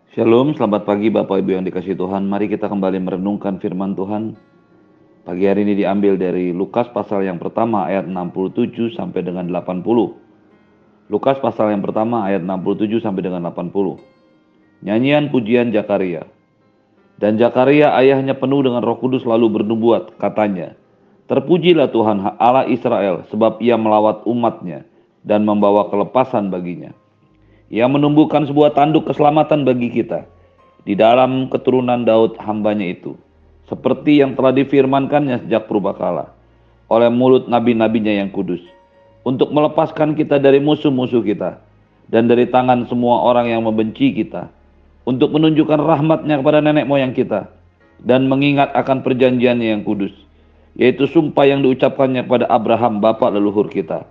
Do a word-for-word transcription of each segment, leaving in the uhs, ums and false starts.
Shalom, selamat pagi Bapak Ibu yang dikasihi Tuhan. Mari kita kembali merenungkan firman Tuhan. Pagi hari ini diambil dari Lukas pasal yang pertama ayat enam puluh tujuh sampai dengan delapan puluh. Lukas pasal yang pertama ayat enam puluh tujuh sampai dengan delapan puluh. Nyanyian pujian Zakaria. Dan Zakaria ayahnya penuh dengan Roh Kudus lalu bernubuat, katanya, terpujilah Tuhan Allah Israel, sebab ia melawat umatnya dan membawa kelepasan baginya. Ia menumbuhkan sebuah tanduk keselamatan bagi kita di dalam keturunan Daud hambanya itu, seperti yang telah difirmankannya sejak purbakala oleh mulut nabi-nabinya yang kudus, untuk melepaskan kita dari musuh-musuh kita dan dari tangan semua orang yang membenci kita, untuk menunjukkan rahmatnya kepada nenek moyang kita dan mengingat akan perjanjiannya yang kudus, yaitu sumpah yang diucapkannya kepada Abraham bapa leluhur kita,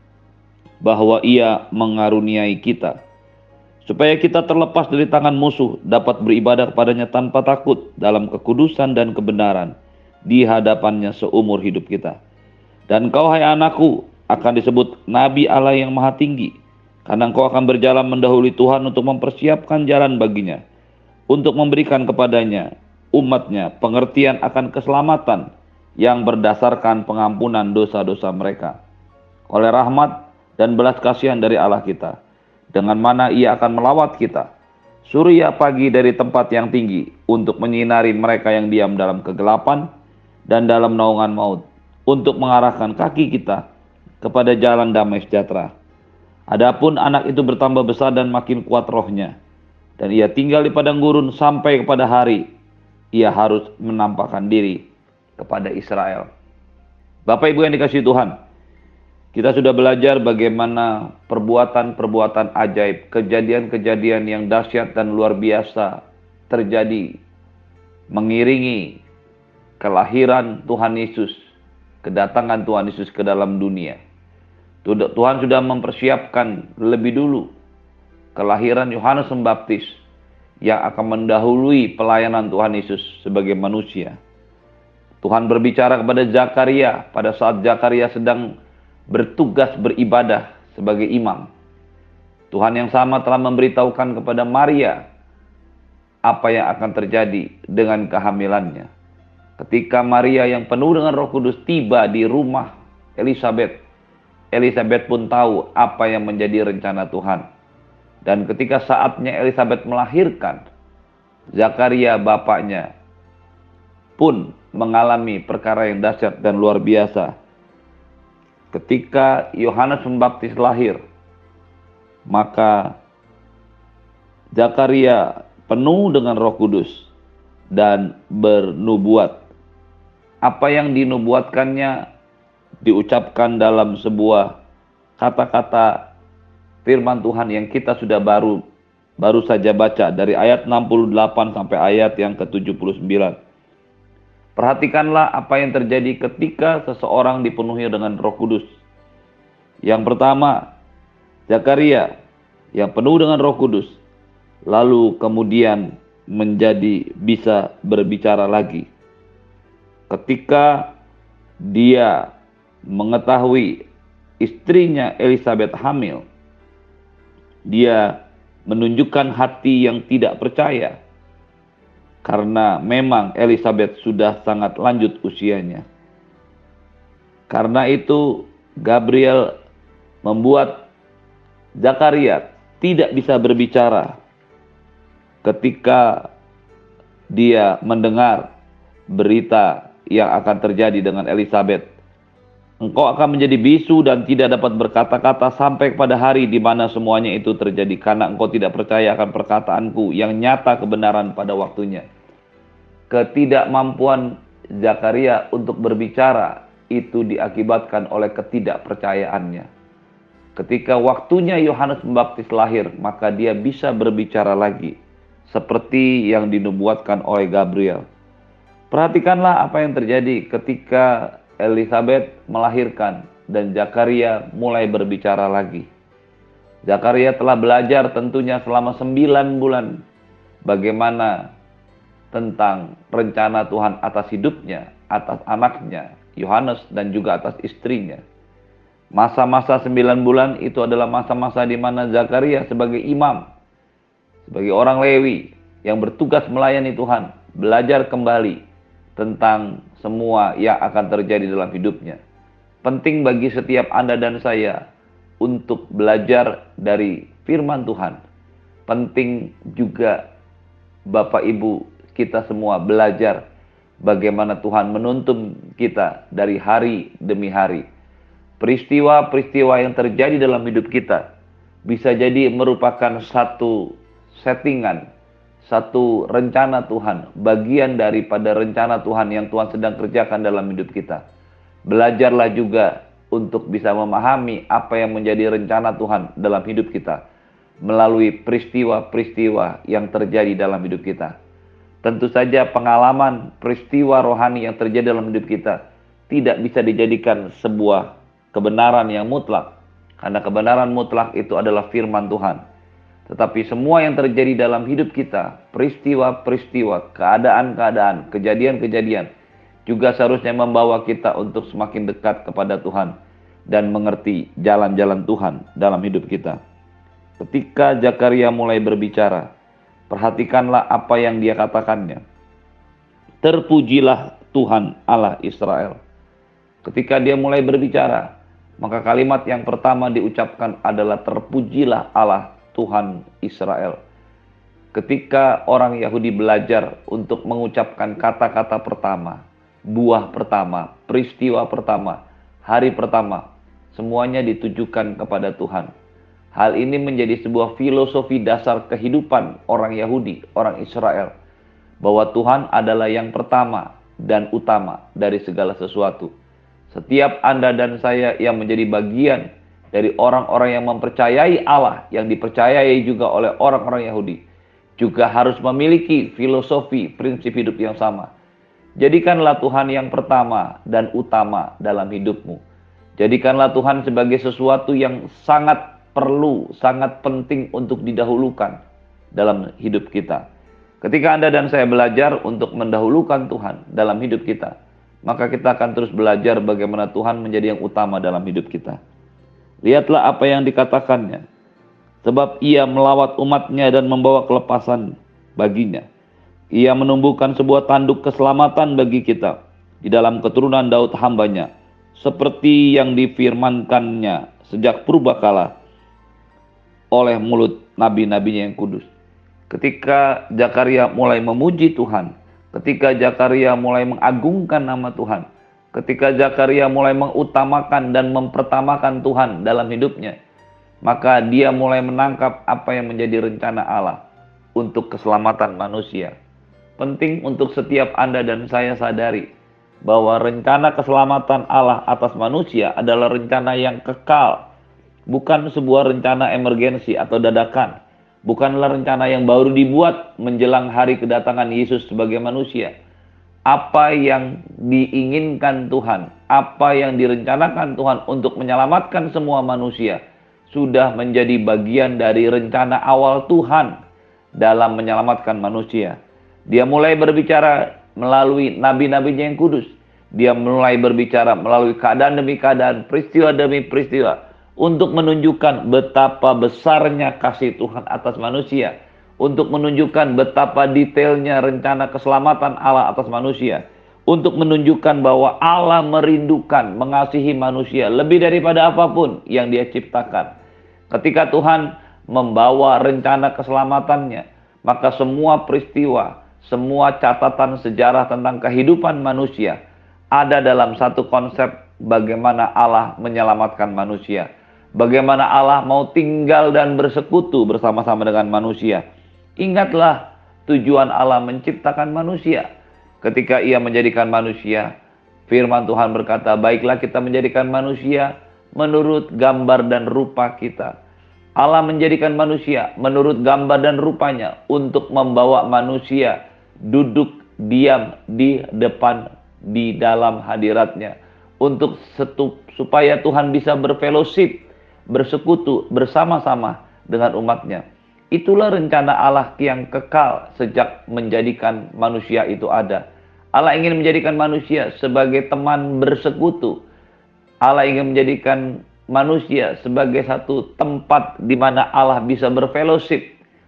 bahwa ia mengaruniai kita supaya kita terlepas dari tangan musuh, dapat beribadah kepadanya tanpa takut dalam kekudusan dan kebenaran di hadapannya seumur hidup kita. Dan kau, hai anakku, akan disebut Nabi Allah yang Maha Tinggi, karena engkau akan berjalan mendahului Tuhan untuk mempersiapkan jalan baginya, untuk memberikan kepadanya, umatnya, pengertian akan keselamatan yang berdasarkan pengampunan dosa-dosa mereka, oleh rahmat dan belas kasihan dari Allah kita, dengan mana ia akan melawat kita, surya pagi dari tempat yang tinggi, untuk menyinari mereka yang diam dalam kegelapan dan dalam naungan maut, untuk mengarahkan kaki kita kepada jalan damai sejahtera. Adapun anak itu bertambah besar dan makin kuat rohnya, dan ia tinggal di padang gurun sampai kepada hari ia harus menampakkan diri kepada Israel. Bapak Ibu yang dikasihi Tuhan, kita sudah belajar bagaimana perbuatan-perbuatan ajaib, kejadian-kejadian yang dahsyat dan luar biasa terjadi mengiringi kelahiran Tuhan Yesus, kedatangan Tuhan Yesus ke dalam dunia. Tuhan sudah mempersiapkan lebih dulu kelahiran Yohanes Pembaptis yang akan mendahului pelayanan Tuhan Yesus sebagai manusia. Tuhan berbicara kepada Zakaria pada saat Zakaria sedang bertugas beribadah sebagai imam. Tuhan yang sama telah memberitahukan kepada Maria apa yang akan terjadi dengan kehamilannya. Ketika Maria yang penuh dengan Roh Kudus tiba di rumah Elizabeth, Elizabeth pun tahu apa yang menjadi rencana Tuhan. Dan ketika saatnya Elizabeth melahirkan, Zakaria bapaknya pun mengalami perkara yang dahsyat dan luar biasa. Ketika Yohanes Pembaptis lahir, maka Zakaria penuh dengan Roh Kudus dan bernubuat. Apa yang dinubuatkannya diucapkan dalam sebuah kata-kata firman Tuhan yang kita sudah baru baru saja baca dari ayat enam puluh delapan sampai ayat yang ke tujuh puluh sembilan. Perhatikanlah apa yang terjadi ketika seseorang dipenuhi dengan Roh Kudus. Yang pertama, Zakaria yang penuh dengan Roh Kudus, lalu kemudian menjadi bisa berbicara lagi. Ketika dia mengetahui istrinya Elizabeth hamil, dia menunjukkan hati yang tidak percaya, karena memang Elizabeth sudah sangat lanjut usianya. Karena itu Gabriel membuat Zakaria tidak bisa berbicara ketika dia mendengar berita yang akan terjadi dengan Elizabeth. Engkau akan menjadi bisu dan tidak dapat berkata-kata sampai kepada hari di mana semuanya itu terjadi, karena engkau tidak percaya akan perkataanku yang nyata kebenaran pada waktunya. Ketidakmampuan Zakaria untuk berbicara itu diakibatkan oleh ketidakpercayaannya. Ketika waktunya Yohanes Pembaptis lahir, maka dia bisa berbicara lagi seperti yang dinubuatkan oleh Gabriel. Perhatikanlah apa yang terjadi ketika Elizabeth melahirkan dan Zakaria mulai berbicara lagi. Zakaria telah belajar tentunya selama sembilan bulan bagaimana tentang rencana Tuhan atas hidupnya, atas anaknya, Yohanes, dan juga atas istrinya. Masa-masa sembilan bulan itu adalah masa-masa di mana Zakaria sebagai imam, sebagai orang Lewi yang bertugas melayani Tuhan, belajar kembali tentang semua yang akan terjadi dalam hidupnya. Penting bagi setiap Anda dan saya untuk belajar dari firman Tuhan. Penting juga Bapak Ibu kita semua belajar bagaimana Tuhan menuntun kita dari hari demi hari. Peristiwa-peristiwa yang terjadi dalam hidup kita bisa jadi merupakan satu settingan, satu rencana Tuhan, bagian daripada rencana Tuhan yang Tuhan sedang kerjakan dalam hidup kita. Belajarlah juga untuk bisa memahami apa yang menjadi rencana Tuhan dalam hidup kita melalui peristiwa-peristiwa yang terjadi dalam hidup kita. Tentu saja pengalaman peristiwa rohani yang terjadi dalam hidup kita tidak bisa dijadikan sebuah kebenaran yang mutlak, karena kebenaran mutlak itu adalah firman Tuhan. Tetapi semua yang terjadi dalam hidup kita, peristiwa-peristiwa, keadaan-keadaan, kejadian-kejadian, juga seharusnya membawa kita untuk semakin dekat kepada Tuhan dan mengerti jalan-jalan Tuhan dalam hidup kita. Ketika Zakaria mulai berbicara, perhatikanlah apa yang dia katakannya. Terpujilah Tuhan Allah Israel. Ketika dia mulai berbicara, maka kalimat yang pertama diucapkan adalah terpujilah Allah Tuhan Israel. Ketika orang Yahudi belajar untuk mengucapkan kata-kata pertama, buah pertama, peristiwa pertama, hari pertama, semuanya ditujukan kepada Tuhan. Hal ini menjadi sebuah filosofi dasar kehidupan orang Yahudi, orang Israel, bahwa Tuhan adalah yang pertama dan utama dari segala sesuatu. Setiap Anda dan saya yang menjadi bagian dari orang-orang yang mempercayai Allah, yang dipercayai juga oleh orang-orang Yahudi, juga harus memiliki filosofi prinsip hidup yang sama. Jadikanlah Tuhan yang pertama dan utama dalam hidupmu. Jadikanlah Tuhan sebagai sesuatu yang sangat perlu, sangat penting untuk didahulukan dalam hidup kita. Ketika Anda dan saya belajar untuk mendahulukan Tuhan dalam hidup kita, maka kita akan terus belajar bagaimana Tuhan menjadi yang utama dalam hidup kita. Lihatlah apa yang dikatakannya. Sebab ia melawat umatnya dan membawa kelepasan baginya. Ia menumbuhkan sebuah tanduk keselamatan bagi kita di dalam keturunan Daud hambanya, seperti yang difirmankannya sejak purbakala oleh mulut nabi-nabinya yang kudus. Ketika Zakaria mulai memuji Tuhan, ketika Zakaria mulai mengagungkan nama Tuhan, ketika Zakaria mulai mengutamakan dan mempertamakan Tuhan dalam hidupnya, maka dia mulai menangkap apa yang menjadi rencana Allah untuk keselamatan manusia. Penting untuk setiap Anda dan saya sadari bahwa rencana keselamatan Allah atas manusia adalah rencana yang kekal, bukan sebuah rencana emergensi atau dadakan. Bukanlah rencana yang baru dibuat menjelang hari kedatangan Yesus sebagai manusia. Apa yang diinginkan Tuhan, apa yang direncanakan Tuhan untuk menyelamatkan semua manusia, sudah menjadi bagian dari rencana awal Tuhan dalam menyelamatkan manusia. Dia mulai berbicara melalui nabi-nabinya yang kudus. Dia mulai berbicara melalui keadaan demi keadaan, peristiwa demi peristiwa, untuk menunjukkan betapa besarnya kasih Tuhan atas manusia, untuk menunjukkan betapa detailnya rencana keselamatan Allah atas manusia, untuk menunjukkan bahwa Allah merindukan mengasihi manusia lebih daripada apapun yang Dia ciptakan. Ketika Tuhan membawa rencana keselamatannya, maka semua peristiwa, semua catatan sejarah tentang kehidupan manusia ada dalam satu konsep bagaimana Allah menyelamatkan manusia. Bagaimana Allah mau tinggal dan bersekutu bersama-sama dengan manusia. Ingatlah tujuan Allah menciptakan manusia. Ketika Ia menjadikan manusia, firman Tuhan berkata, baiklah kita menjadikan manusia menurut gambar dan rupa kita. Allah menjadikan manusia menurut gambar dan rupanya untuk membawa manusia duduk diam di depan, di dalam hadiratnya. Untuk setu, supaya Tuhan bisa berfellowship, bersekutu bersama-sama dengan umatnya. Itulah rencana Allah yang kekal sejak menjadikan manusia itu ada. Allah ingin menjadikan manusia sebagai teman bersekutu. Allah ingin menjadikan manusia sebagai satu tempat di mana Allah bisa berfellowship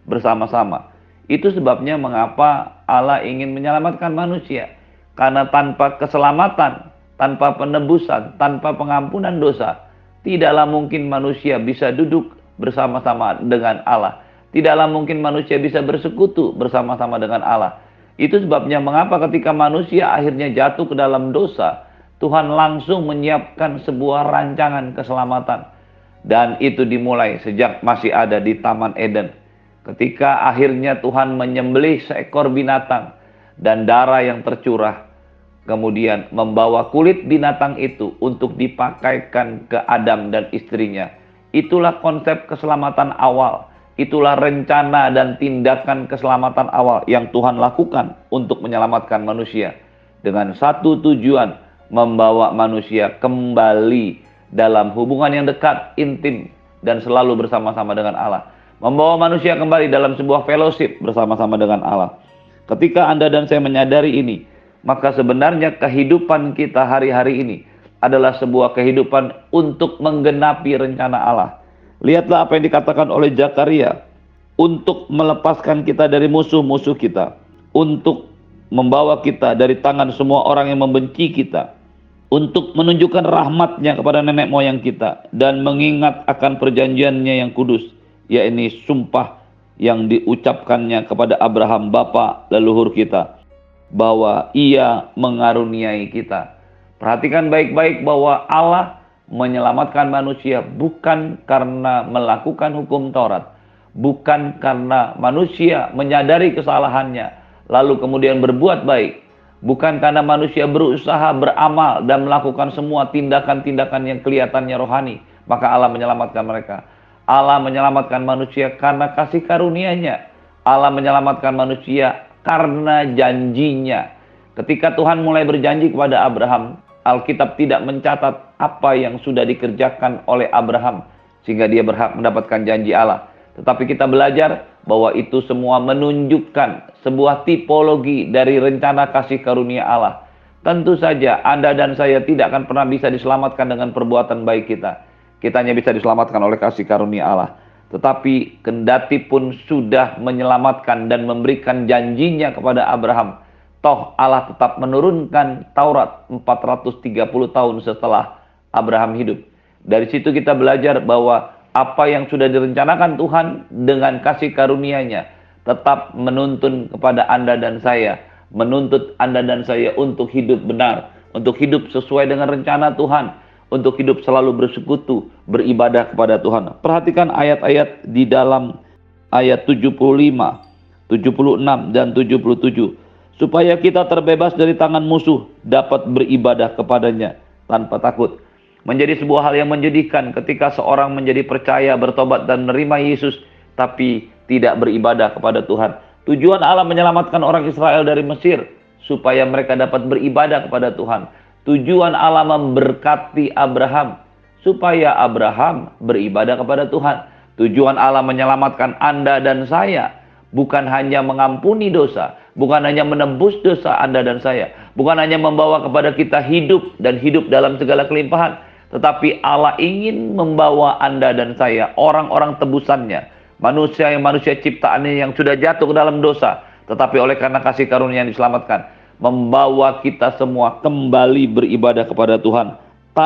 bersama-sama. Itu sebabnya mengapa Allah ingin menyelamatkan manusia. Karena tanpa keselamatan, tanpa penebusan, tanpa pengampunan dosa, tidaklah mungkin manusia bisa duduk bersama-sama dengan Allah. Tidaklah mungkin manusia bisa bersekutu bersama-sama dengan Allah. Itu sebabnya mengapa ketika manusia akhirnya jatuh ke dalam dosa, Tuhan langsung menyiapkan sebuah rancangan keselamatan. Dan itu dimulai sejak masih ada di Taman Eden. Ketika akhirnya Tuhan menyembelih seekor binatang dan darah yang tercurah, kemudian membawa kulit binatang itu untuk dipakaikan ke Adam dan istrinya. Itulah konsep keselamatan awal. Itulah rencana dan tindakan keselamatan awal yang Tuhan lakukan untuk menyelamatkan manusia. Dengan satu tujuan, membawa manusia kembali dalam hubungan yang dekat, intim, dan selalu bersama-sama dengan Allah. Membawa manusia kembali dalam sebuah fellowship bersama-sama dengan Allah. Ketika Anda dan saya menyadari ini, maka sebenarnya kehidupan kita hari-hari ini adalah sebuah kehidupan untuk menggenapi rencana Allah. Lihatlah apa yang dikatakan oleh Zakaria, untuk melepaskan kita dari musuh-musuh kita, untuk membawa kita dari tangan semua orang yang membenci kita, untuk menunjukkan rahmatnya kepada nenek moyang kita, dan mengingat akan perjanjiannya yang kudus, yaitu sumpah yang diucapkannya kepada Abraham bapa leluhur kita, bahwa ia mengaruniai kita. Perhatikan baik-baik bahwa Allah menyelamatkan manusia bukan karena melakukan hukum Taurat, bukan karena manusia menyadari kesalahannya lalu kemudian berbuat baik, bukan karena manusia berusaha beramal dan melakukan semua tindakan-tindakan yang kelihatannya rohani, maka Allah menyelamatkan mereka. Allah menyelamatkan manusia karena kasih karunia-Nya. Allah menyelamatkan manusia karena janjinya. Ketika Tuhan mulai berjanji kepada Abraham, Alkitab tidak mencatat apa yang sudah dikerjakan oleh Abraham sehingga dia berhak mendapatkan janji Allah. Tetapi kita belajar bahwa itu semua menunjukkan sebuah tipologi dari rencana kasih karunia Allah. Tentu saja Anda dan saya tidak akan pernah bisa diselamatkan dengan perbuatan baik kita. Kita hanya bisa diselamatkan oleh kasih karunia Allah. Tetapi kendati pun sudah menyelamatkan dan memberikan janjinya kepada Abraham, toh Allah tetap menurunkan Taurat empat ratus tiga puluh tahun setelah Abraham hidup. Dari situ kita belajar bahwa apa yang sudah direncanakan Tuhan dengan kasih karunia-Nya tetap menuntun kepada Anda dan saya, menuntut Anda dan saya untuk hidup benar, untuk hidup sesuai dengan rencana Tuhan, untuk hidup selalu bersekutu, beribadah kepada Tuhan. Perhatikan ayat-ayat di dalam ayat tujuh puluh lima, tujuh puluh enam, dan tujuh puluh tujuh. Supaya kita terbebas dari tangan musuh, dapat beribadah kepadanya tanpa takut. Menjadi sebuah hal yang menyedihkan ketika seorang menjadi percaya, bertobat, dan menerima Yesus, tapi tidak beribadah kepada Tuhan. Tujuan Allah menyelamatkan orang Israel dari Mesir, supaya mereka dapat beribadah kepada Tuhan. Tujuan Allah memberkati Abraham, supaya Abraham beribadah kepada Tuhan. Tujuan Allah menyelamatkan Anda dan saya, bukan hanya mengampuni dosa, bukan hanya menebus dosa Anda dan saya, bukan hanya membawa kepada kita hidup dan hidup dalam segala kelimpahan, tetapi Allah ingin membawa Anda dan saya, orang-orang tebusannya, manusia yang manusia ciptaannya yang sudah jatuh ke dalam dosa, tetapi oleh karena kasih karunia yang diselamatkan, membawa kita semua kembali beribadah kepada Tuhan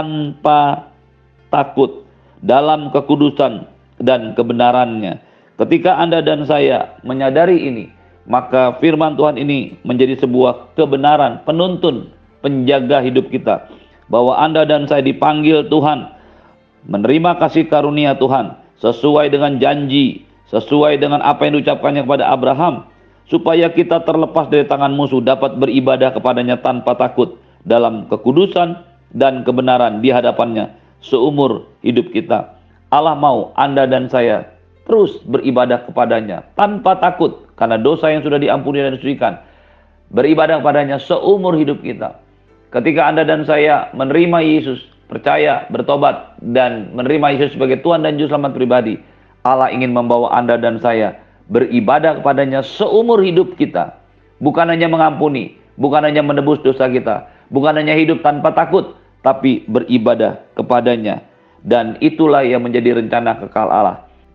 tanpa takut dalam kekudusan dan kebenarannya. Ketika Anda dan saya menyadari ini, maka firman Tuhan ini menjadi sebuah kebenaran, penuntun, penjaga hidup kita. Bahwa Anda dan saya dipanggil Tuhan, menerima kasih karunia Tuhan, sesuai dengan janji, sesuai dengan apa yang diucapkannya kepada Abraham, supaya kita terlepas dari tangan musuh, dapat beribadah kepadanya tanpa takut, dalam kekudusan dan kebenaran di hadapannya, seumur hidup kita. Allah mau Anda dan saya terus beribadah kepadanya tanpa takut karena dosa yang sudah diampuni dan disucikan. Beribadah kepadanya seumur hidup kita. Ketika Anda dan saya menerima Yesus, percaya, bertobat, dan menerima Yesus sebagai Tuhan dan Juru Selamat pribadi, Allah ingin membawa Anda dan saya beribadah kepadanya seumur hidup kita. Bukan hanya mengampuni, bukan hanya menebus dosa kita, bukan hanya hidup tanpa takut, tapi beribadah kepadanya. Dan itulah yang menjadi rencana kekal Allah.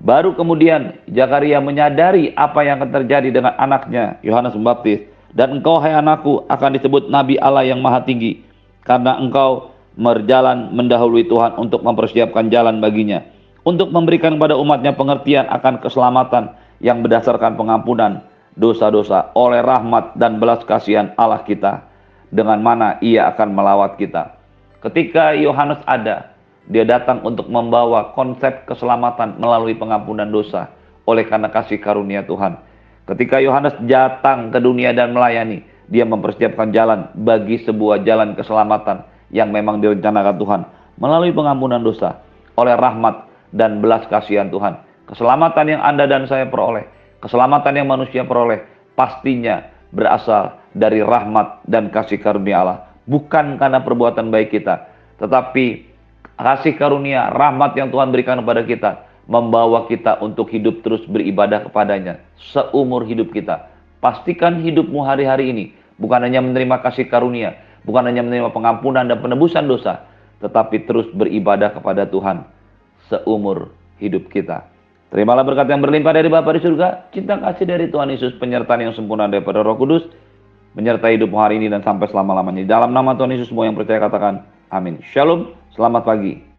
Baru kemudian Zakaria menyadari apa yang akan terjadi dengan anaknya Yohanes Pembaptis. Dan engkau hai anakku akan disebut Nabi Allah yang Maha Tinggi, karena engkau berjalan mendahului Tuhan untuk mempersiapkan jalan baginya, untuk memberikan kepada umatnya pengertian akan keselamatan yang berdasarkan pengampunan dosa-dosa oleh rahmat dan belas kasihan Allah kita, dengan mana ia akan melawat kita. Ketika Yohanes ada, dia datang untuk membawa konsep keselamatan melalui pengampunan dosa oleh karena kasih karunia Tuhan. Ketika Yohanes datang ke dunia dan melayani, dia mempersiapkan jalan bagi sebuah jalan keselamatan yang memang direncanakan Tuhan melalui pengampunan dosa oleh rahmat dan belas kasihan Tuhan. Keselamatan yang Anda dan saya peroleh, keselamatan yang manusia peroleh, pastinya berasal dari rahmat dan kasih karunia Allah, bukan karena perbuatan baik kita, tetapi kasih karunia, rahmat yang Tuhan berikan kepada kita membawa kita untuk hidup terus beribadah kepadanya seumur hidup kita. Pastikan hidupmu hari-hari ini bukan hanya menerima kasih karunia, bukan hanya menerima pengampunan dan penebusan dosa, tetapi terus beribadah kepada Tuhan seumur hidup kita. Terimalah berkat yang berlimpah dari Bapa di surga, cinta kasih dari Tuhan Yesus, penyertaan yang sempurna daripada Roh Kudus, menyertai hidupmu hari ini dan sampai selama-lamanya. Dalam nama Tuhan Yesus, semua yang percaya katakan amin. Shalom, selamat pagi.